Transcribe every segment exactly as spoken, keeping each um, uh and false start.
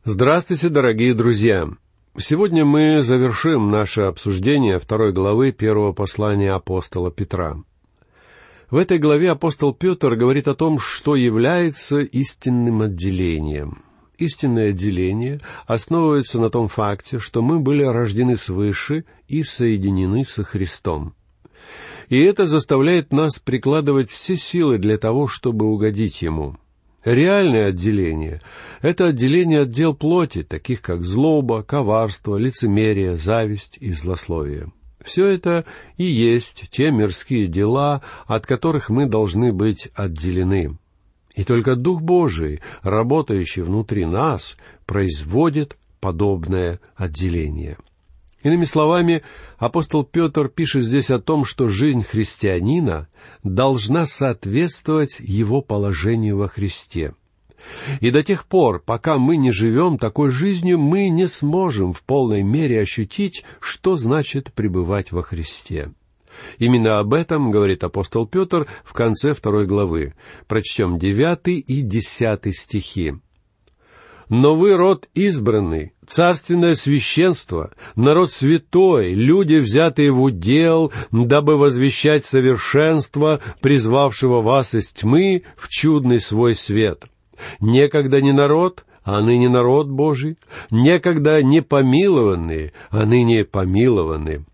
Здравствуйте, дорогие друзья! Сегодня мы завершим наше обсуждение второй главы первого послания апостола Петра. В этой главе апостол Петр говорит о том, что является истинным отделением. Истинное отделение основывается на том факте, что мы были рождены свыше и соединены со Христом. И это заставляет нас прикладывать все силы для того, чтобы угодить Ему. Реальное отделение — это отделение от дел плоти, таких как злоба, коварство, лицемерие, зависть и злословие. Все это и есть те мирские дела, от которых мы должны быть отделены. И только Дух Божий, работающий внутри нас, производит подобное отделение. Иными словами, апостол Петр пишет здесь о том, что жизнь христианина должна соответствовать его положению во Христе. И до тех пор, пока мы не живем такой жизнью, мы не сможем в полной мере ощутить, что значит пребывать во Христе. Именно об этом говорит апостол Петр в конце второй главы. Прочтем девятый и десятый стихи. «Но вы род избранный, царственное священство, народ святой, люди, взятые в удел, дабы возвещать совершенство, призвавшего вас из тьмы в чудный свой свет. Некогда не народ, а ныне народ Божий, некогда не помилованные, а ныне помилованы».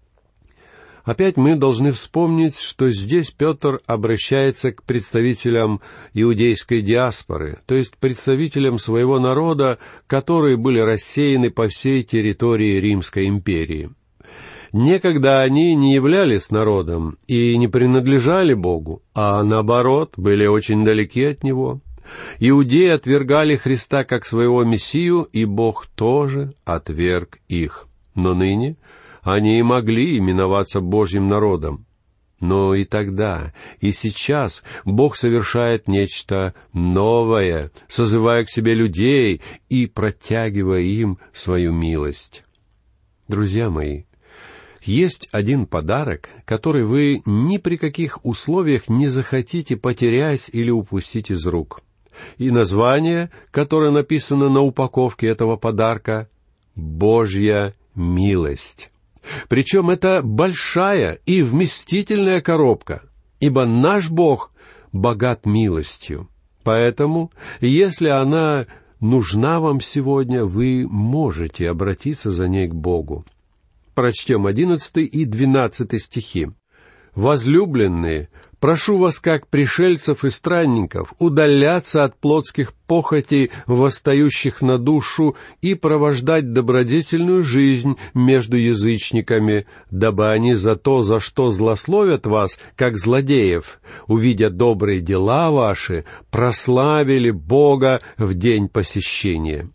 Опять мы должны вспомнить, что здесь Петр обращается к представителям иудейской диаспоры, то есть представителям своего народа, которые были рассеяны по всей территории Римской империи. Некогда они не являлись народом и не принадлежали Богу, а наоборот, были очень далеки от Него. Иудеи отвергали Христа как своего Мессию, и Бог тоже отверг их. Но ныне они и могли именоваться Божьим народом. Но и тогда, и сейчас Бог совершает нечто новое, созывая к себе людей и протягивая им свою милость. Друзья мои, есть один подарок, который вы ни при каких условиях не захотите потерять или упустить из рук. И название, которое написано на упаковке этого подарка — «Божья милость». Причем это большая и вместительная коробка, ибо наш Бог богат милостью. Поэтому, если она нужна вам сегодня, вы можете обратиться за ней к Богу. Прочтем одиннадцатый и двенадцатый стихи. «Возлюбленные, прошу вас, как пришельцев и странников, удаляться от плотских похотей, восстающих на душу, и провождать добродетельную жизнь между язычниками, дабы они за то, за что злословят вас, как злодеев, увидя добрые дела ваши, прославили Бога в день посещения».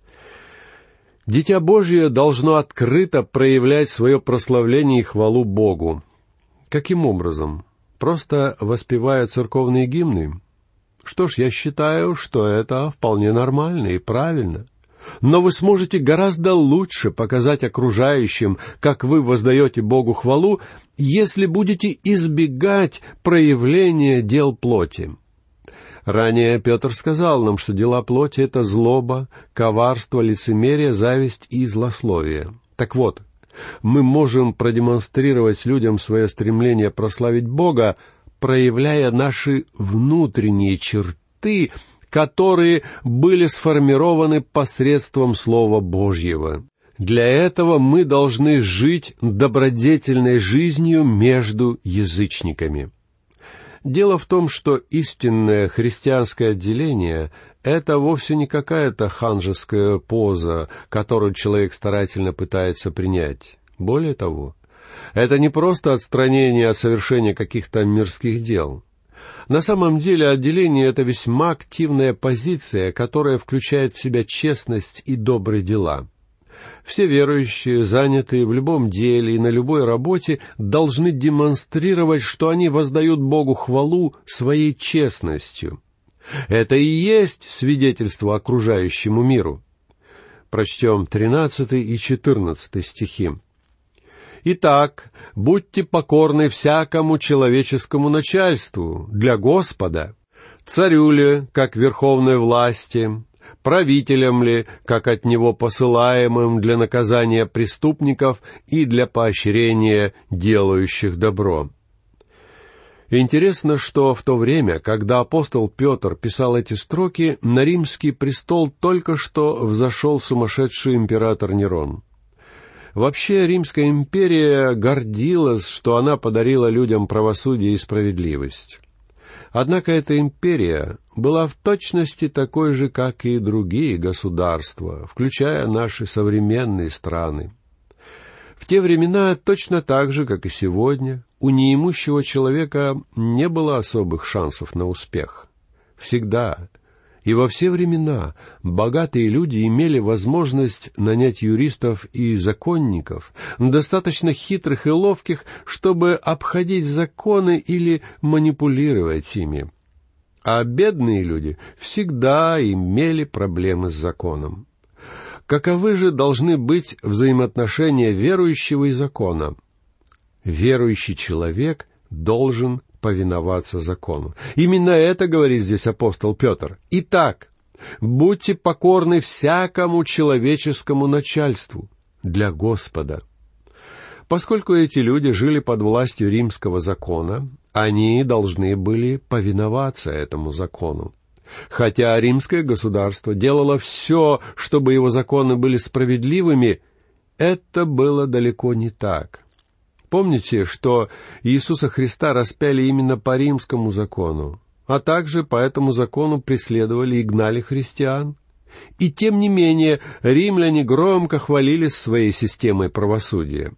Дитя Божие должно открыто проявлять свое прославление и хвалу Богу. Каким образом? Просто воспевая церковные гимны? Что ж, я считаю, что это вполне нормально и правильно. Но вы сможете гораздо лучше показать окружающим, как вы воздаете Богу хвалу, если будете избегать проявления дел плоти. Ранее Петр сказал нам, что дела плоти — это злоба, коварство, лицемерие, зависть и злословие. Так вот, мы можем продемонстрировать людям свое стремление прославить Бога, проявляя наши внутренние черты, которые были сформированы посредством Слова Божьего. Для этого мы должны жить добродетельной жизнью между язычниками. Дело в том, что истинное христианское отделение — это вовсе не какая-то ханжеская поза, которую человек старательно пытается принять. Более того, это не просто отстранение от совершения каких-то мирских дел. На самом деле отделение — это весьма активная позиция, которая включает в себя честность и добрые дела. Все верующие, занятые в любом деле и на любой работе, должны демонстрировать, что они воздают Богу хвалу своей честностью. Это и есть свидетельство окружающему миру. Прочтем тринадцатый и четырнадцатый стихи. «Итак, будьте покорны всякому человеческому начальству для Господа, царю ли, как верховной власти, правителям ли, как от него посылаемым для наказания преступников и для поощрения делающих добро. Интересно, что в то время, когда апостол Петр писал эти строки, на римский престол только что взошел сумасшедший император Нерон. Вообще, Римская империя гордилась, что она подарила людям правосудие и справедливость. Однако эта империя была в точности такой же, как и другие государства, включая наши современные страны. В те времена, точно так же, как и сегодня, у неимущего человека не было особых шансов на успех. Всегда и во все времена богатые люди имели возможность нанять юристов и законников, достаточно хитрых и ловких, чтобы обходить законы или манипулировать ими. А бедные люди всегда имели проблемы с законом. Каковы же должны быть взаимоотношения верующего и закона? Верующий человек должен повиноваться закону. Именно это говорит здесь апостол Петр. Итак, будьте покорны всякому человеческому начальству для Господа. Поскольку эти люди жили под властью римского закона, они должны были повиноваться этому закону. Хотя римское государство делало все, чтобы его законы были справедливыми, это было далеко не так. Помните, что Иисуса Христа распяли именно по римскому закону, а также по этому закону преследовали и гнали христиан? И тем не менее, римляне громко хвалились своей системой правосудия.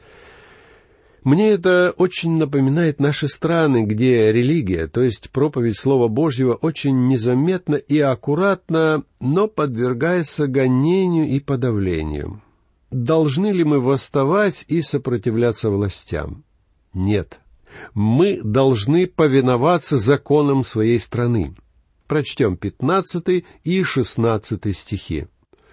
Мне это очень напоминает наши страны, где религия, то есть проповедь Слова Божьего, очень незаметно и аккуратно, но подвергается гонению и подавлению. Должны ли мы восставать и сопротивляться властям? Нет. Мы должны повиноваться законам своей страны. Прочтем пятнадцатый и шестнадцатый стихи.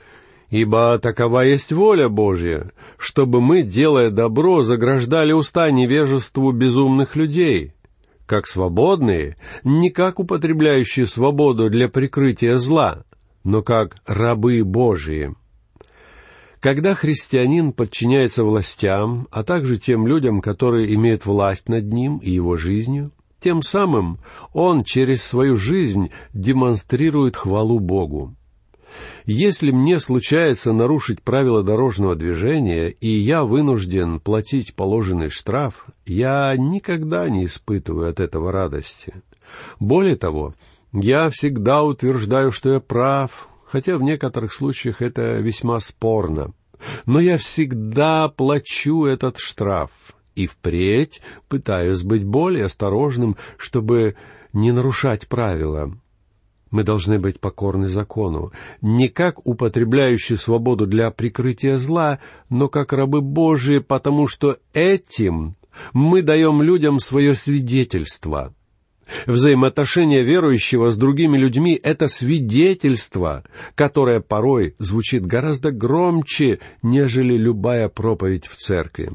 «Ибо такова есть воля Божья, чтобы мы, делая добро, заграждали уста невежеству безумных людей, как свободные, не как употребляющие свободу для прикрытия зла, но как рабы Божии». Когда христианин подчиняется властям, а также тем людям, которые имеют власть над ним и его жизнью, тем самым он через свою жизнь демонстрирует хвалу Богу. Если мне случается нарушить правила дорожного движения, и я вынужден платить положенный штраф, я никогда не испытываю от этого радости. Более того, я всегда утверждаю, что я прав, хотя в некоторых случаях это весьма спорно. Но я всегда плачу этот штраф, и впредь пытаюсь быть более осторожным, чтобы не нарушать правила. Мы должны быть покорны закону, не как употребляющие свободу для прикрытия зла, но как рабы Божии, потому что этим мы даем людям свое свидетельство. Взаимоотношения верующего с другими людьми — это свидетельство, которое порой звучит гораздо громче, нежели любая проповедь в церкви.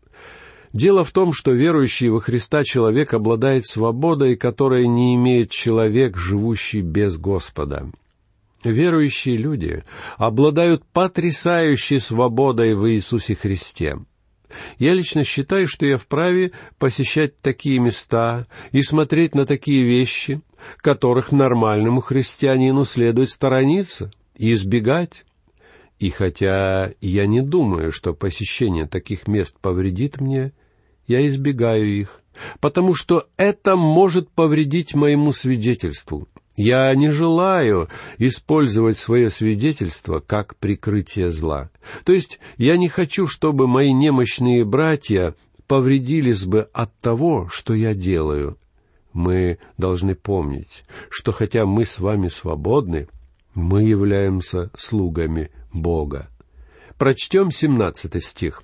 Дело в том, что верующий во Христа человек обладает свободой, которой не имеет человек, живущий без Господа. Верующие люди обладают потрясающей свободой в Иисусе Христе. Я лично считаю, что я вправе посещать такие места и смотреть на такие вещи, которых нормальному христианину следует сторониться и избегать. И хотя я не думаю, что посещение таких мест повредит мне, я избегаю их, потому что это может повредить моему свидетельству. Я не желаю использовать свое свидетельство как прикрытие зла. То есть я не хочу, чтобы мои немощные братья повредились бы от того, что я делаю. Мы должны помнить, что хотя мы с вами свободны, мы являемся слугами Бога. Прочтем семнадцатый стих.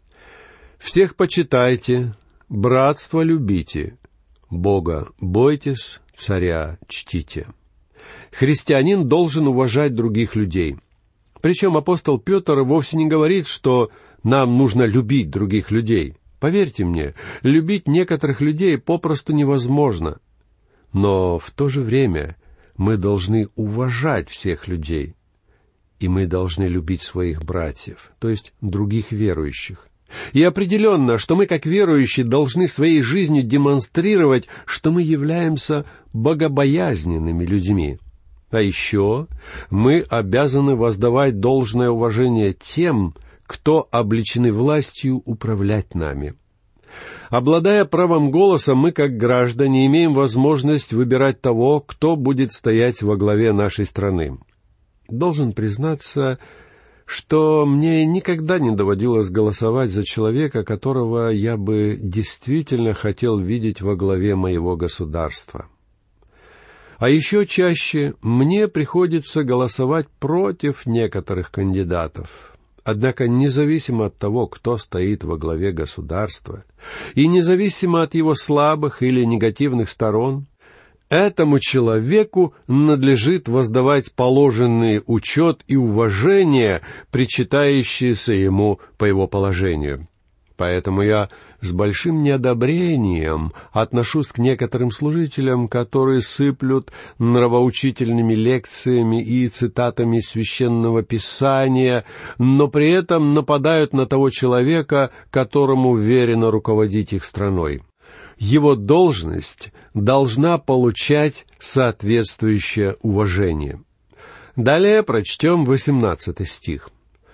«Всех почитайте, братство любите, Бога бойтесь, царя чтите». Христианин должен уважать других людей. Причем апостол Петр вовсе не говорит, что нам нужно любить других людей. Поверьте мне, любить некоторых людей попросту невозможно. Но в то же время мы должны уважать всех людей, и мы должны любить своих братьев, то есть других верующих. И определенно, что мы, как верующие, должны своей жизнью демонстрировать, что мы являемся богобоязненными людьми. А еще мы обязаны воздавать должное уважение тем, кто облечены властью управлять нами. Обладая правом голоса, мы, как граждане, имеем возможность выбирать того, кто будет стоять во главе нашей страны. Должен признаться, что мне никогда не доводилось голосовать за человека, которого я бы действительно хотел видеть во главе моего государства. А еще чаще мне приходится голосовать против некоторых кандидатов. Однако независимо от того, кто стоит во главе государства, и независимо от его слабых или негативных сторон, этому человеку надлежит воздавать положенный учет и уважение, причитающиеся ему по его положению. Поэтому я с большим неодобрением отношусь к некоторым служителям, которые сыплют нравоучительными лекциями и цитатами Священного Писания, но при этом нападают на того человека, которому верено руководить их страной. Его должность должна получать соответствующее уважение. Далее прочтем восемнадцатый стих.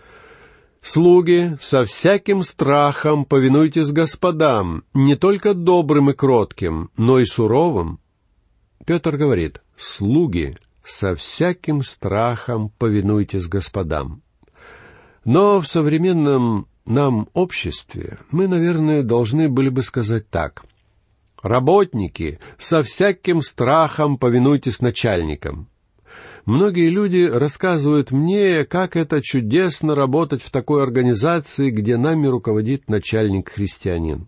«Слуги, со всяким страхом повинуйтесь господам, не только добрым и кротким, но и суровым». Петр говорит: «Слуги, со всяким страхом повинуйтесь господам». Но в современном нам обществе мы, наверное, должны были бы сказать так: «Работники, со всяким страхом повинуйтесь начальникам». Многие люди рассказывают мне, как это чудесно работать в такой организации, где нами руководит начальник-христианин.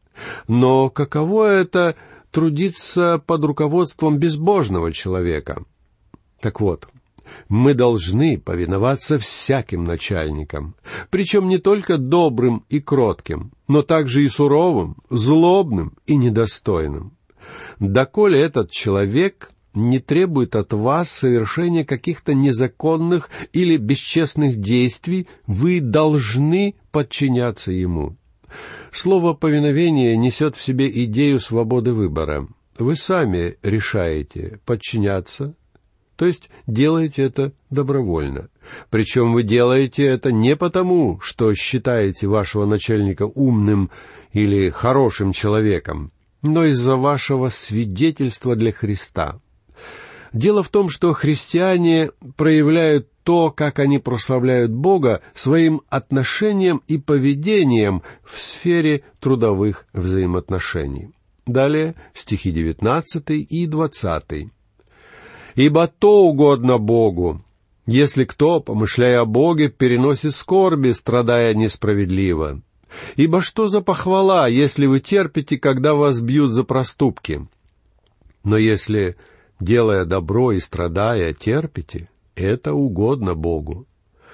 Но каково это трудиться под руководством безбожного человека? Так вот, мы должны повиноваться всяким начальникам, причем не только добрым и кротким, но также и суровым, злобным и недостойным. Доколе этот человек не требует от вас совершения каких-то незаконных или бесчестных действий, вы должны подчиняться ему. Слово «повиновение» несет в себе идею свободы выбора. Вы сами решаете подчиняться, то есть делаете это добровольно. Причем вы делаете это не потому, что считаете вашего начальника умным или хорошим человеком, но из-за вашего свидетельства для Христа. Дело в том, что христиане проявляют то, как они прославляют Бога, своим отношением и поведением в сфере трудовых взаимоотношений. Далее стихи девятнадцатый и двадцатый. «Ибо то угодно Богу, если кто, помышляя о Боге, переносит скорби, страдая несправедливо. Ибо что за похвала, если вы терпите, когда вас бьют за проступки? Но если, делая добро и страдая, терпите, это угодно Богу».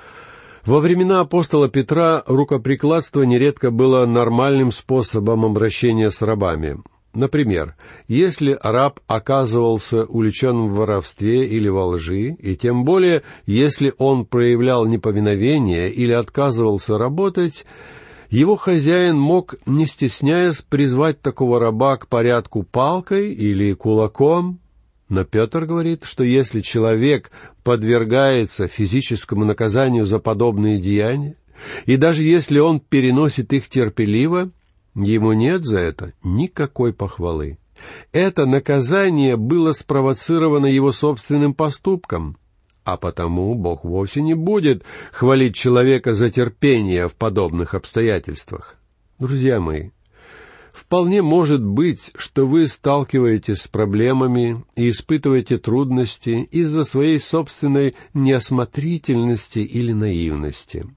Во времена апостола Петра рукоприкладство нередко было нормальным способом обращения с рабами. Например, если раб оказывался увлечен в воровстве или во лжи, и тем более, если он проявлял неповиновение или отказывался работать, его хозяин мог, не стесняясь, призвать такого раба к порядку палкой или кулаком. Но Петр говорит, что если человек подвергается физическому наказанию за подобные деяния, и даже если он переносит их терпеливо, ему нет за это никакой похвалы. Это наказание было спровоцировано его собственным поступком, а потому Бог вовсе не будет хвалить человека за терпение в подобных обстоятельствах. Друзья мои, вполне может быть, что вы сталкиваетесь с проблемами и испытываете трудности из-за своей собственной неосмотрительности или наивности.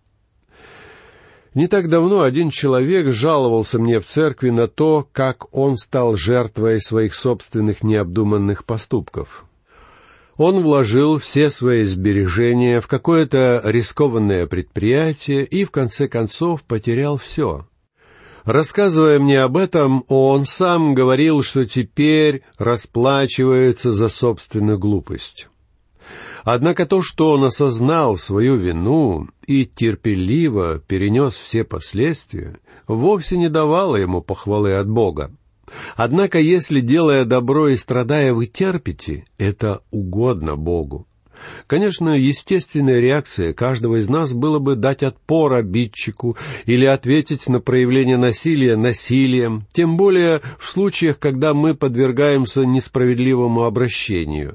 Не так давно один человек жаловался мне в церкви на то, как он стал жертвой своих собственных необдуманных поступков. Он вложил все свои сбережения в какое-то рискованное предприятие и, в конце концов, потерял все. Рассказывая мне об этом, он сам говорил, что теперь расплачивается за собственную глупость. Однако то, что он осознал свою вину и терпеливо перенес все последствия, вовсе не давало ему похвалы от Бога. Однако, если, делая добро и страдая, вы терпите, это угодно Богу. Конечно, естественной реакцией каждого из нас было бы дать отпор обидчику или ответить на проявление насилия насилием, тем более в случаях, когда мы подвергаемся несправедливому обращению.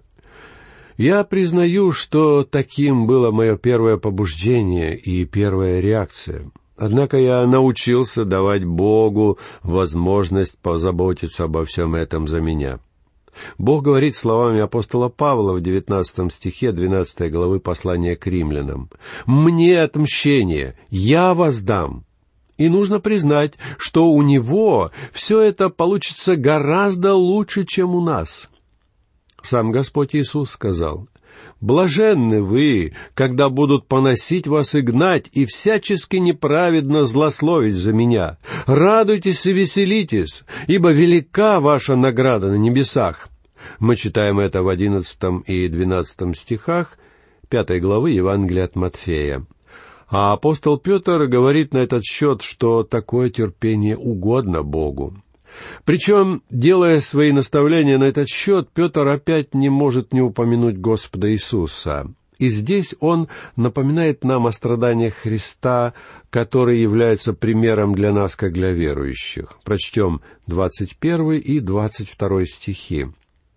Я признаю, что таким было мое первое побуждение и первая реакция. Однако я научился давать Богу возможность позаботиться обо всем этом за меня. Бог говорит словами апостола Павла в девятнадцатом стихе двенадцатой главы послания к римлянам: «Мне отмщение, я воздам». И нужно признать, что у Него все это получится гораздо лучше, чем у нас. Сам Господь Иисус сказал: «Блаженны вы, когда будут поносить вас и гнать, и всячески неправедно злословить за меня. Радуйтесь и веселитесь, ибо велика ваша награда на небесах». Мы читаем это в одиннадцатом и двенадцатом стихах пятой главы Евангелия от Матфея. А апостол Петр говорит на этот счет, что такое терпение угодно Богу. Причем, делая свои наставления на этот счет, Петр опять не может не упомянуть Господа Иисуса. И здесь он напоминает нам о страданиях Христа, которые являются примером для нас, как для верующих. Прочтем двадцать первый и двадцать второй стихи.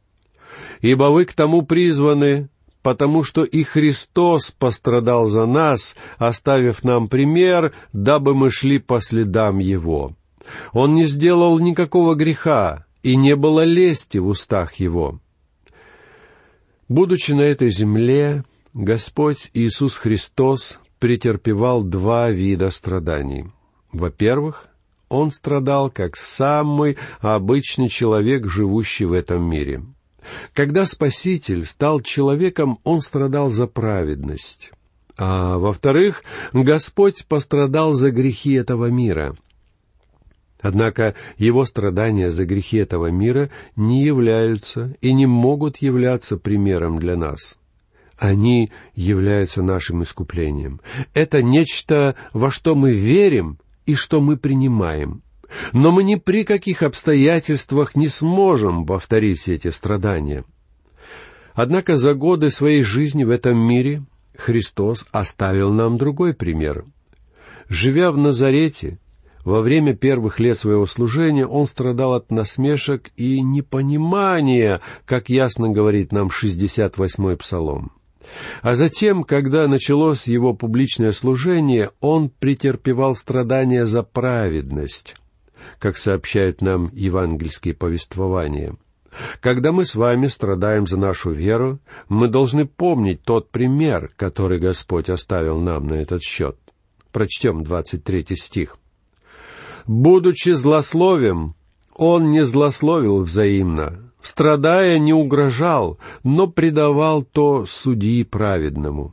«Ибо вы к тому призваны, потому что и Христос пострадал за нас, оставив нам пример, дабы мы шли по следам Его. Он не сделал никакого греха, и не было лести в устах Его». Будучи на этой земле, Господь Иисус Христос претерпевал два вида страданий. Во-первых, Он страдал как самый обычный человек, живущий в этом мире. Когда Спаситель стал человеком, Он страдал за праведность. А во-вторых, Господь пострадал за грехи этого мира. Однако Его страдания за грехи этого мира не являются и не могут являться примером для нас. Они являются нашим искуплением. Это нечто, во что мы верим и что мы принимаем. Но мы ни при каких обстоятельствах не сможем повторить эти страдания. Однако за годы своей жизни в этом мире Христос оставил нам другой пример. Живя в Назарете, во время первых лет своего служения Он страдал от насмешек и непонимания, как ясно говорит нам шестьдесят восьмой Псалом. А затем, когда началось Его публичное служение, Он претерпевал страдания за праведность, как сообщают нам евангельские повествования. Когда мы с вами страдаем за нашу веру, мы должны помнить тот пример, который Господь оставил нам на этот счет. Прочтем двадцать третий стих. «Будучи злословием, Он не злословил взаимно, страдая, не угрожал, но предавал то судьи праведному».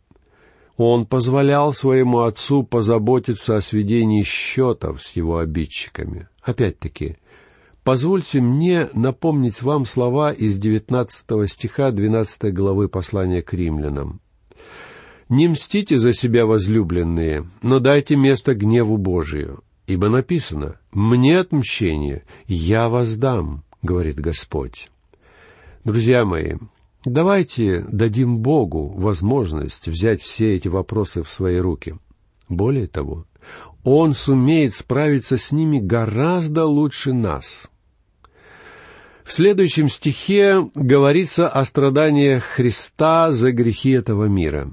Он позволял своему отцу позаботиться о сведении счетов с его обидчиками. Опять-таки, позвольте мне напомнить вам слова из девятнадцатого стиха двенадцатой главы послания к римлянам. «Не мстите за себя, возлюбленные, но дайте место гневу Божию, ибо написано: «Мне отмщение, я воздам», — говорит Господь». Друзья мои, давайте дадим Богу возможность взять все эти вопросы в свои руки. Более того, Он сумеет справиться с ними гораздо лучше нас. В следующем стихе говорится о страданиях Христа за грехи этого мира.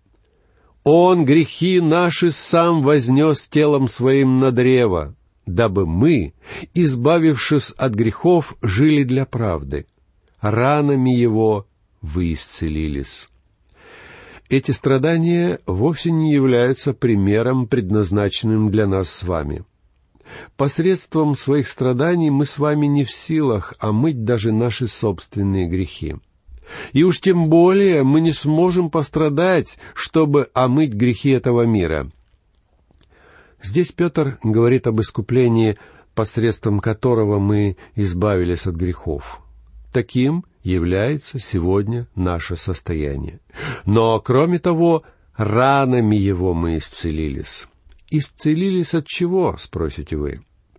«Он грехи наши сам вознес телом Своим на древо, дабы мы, избавившись от грехов, жили для правды. Ранами Его вы исцелились». Эти страдания вовсе не являются примером, предназначенным для нас с вами. Посредством своих страданий мы с вами не в силах омыть даже наши собственные грехи. И уж тем более мы не сможем пострадать, чтобы омыть грехи этого мира. Здесь Петр говорит об искуплении, посредством которого мы избавились от грехов. Таким является сегодня наше состояние. Но, кроме того, ранами Его мы исцелились. Исцелились от чего, спросите вы?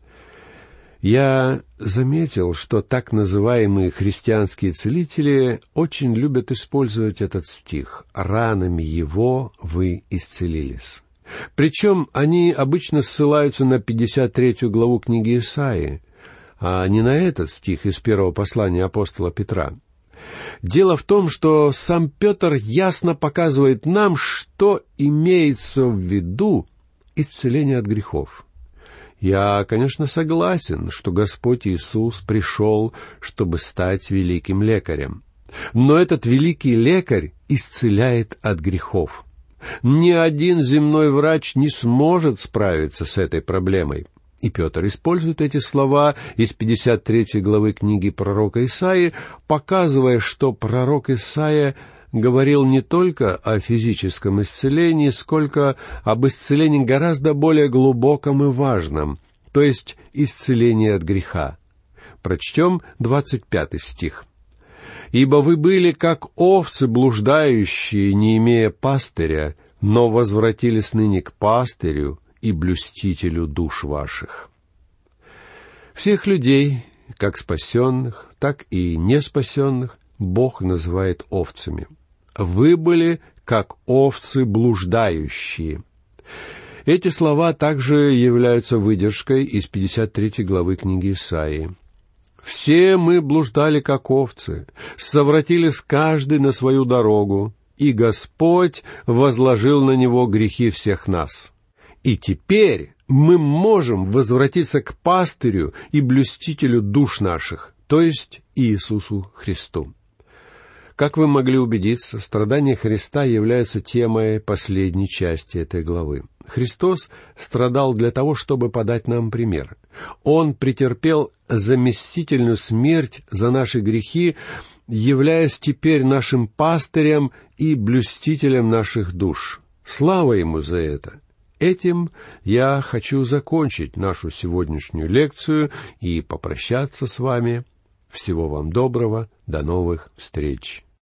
Я заметил, что так называемые христианские целители очень любят использовать этот стих «Ранами Его вы исцелились». Причем они обычно ссылаются на пятьдесят третью главу книги Исаии, а не на этот стих из первого послания апостола Петра. Дело в том, что сам Петр ясно показывает нам, что имеется в виду исцеление от грехов. Я, конечно, согласен, что Господь Иисус пришел, чтобы стать великим лекарем. Но этот великий лекарь исцеляет от грехов. Ни один земной врач не сможет справиться с этой проблемой. И Петр использует эти слова из пятьдесят третьей главы книги пророка Исаии, показывая, что пророк Исаия говорил не только о физическом исцелении, сколько об исцелении гораздо более глубоком и важном, то есть исцелении от греха. Прочтем двадцать пятый стих. «Ибо вы были, как овцы блуждающие, не имея пастыря, но возвратились ныне к пастырю и блюстителю душ ваших». Всех людей, как спасенных, так и неспасенных, Бог называет овцами. «Вы были, как овцы блуждающие». Эти слова также являются выдержкой из пятьдесят третьей главы книги Исаии. «Все мы блуждали, как овцы, совратились каждый на свою дорогу, и Господь возложил на него грехи всех нас. И теперь мы можем возвратиться к пастырю и блюстителю душ наших, то есть Иисусу Христу». Как вы могли убедиться, страдания Христа являются темой последней части этой главы. Христос страдал для того, чтобы подать нам пример. Он претерпел заместительную смерть за наши грехи, являясь теперь нашим пастырем и блюстителем наших душ. Слава Ему за это! Этим я хочу закончить нашу сегодняшнюю лекцию и попрощаться с вами. Всего вам доброго, до новых встреч!